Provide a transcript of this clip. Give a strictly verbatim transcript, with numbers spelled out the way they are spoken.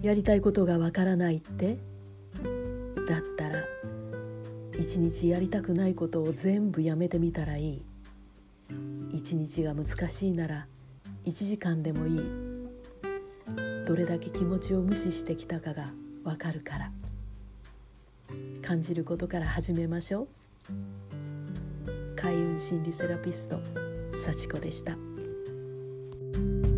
やりたいことがわからないって？だったら一日やりたくないことを全部やめてみたらいい。一日が難しいなら一時間でもいい。どれだけ気持ちを無視してきたかがわかるから。感じることから始めましょう。開運心理セラピスト幸子でした。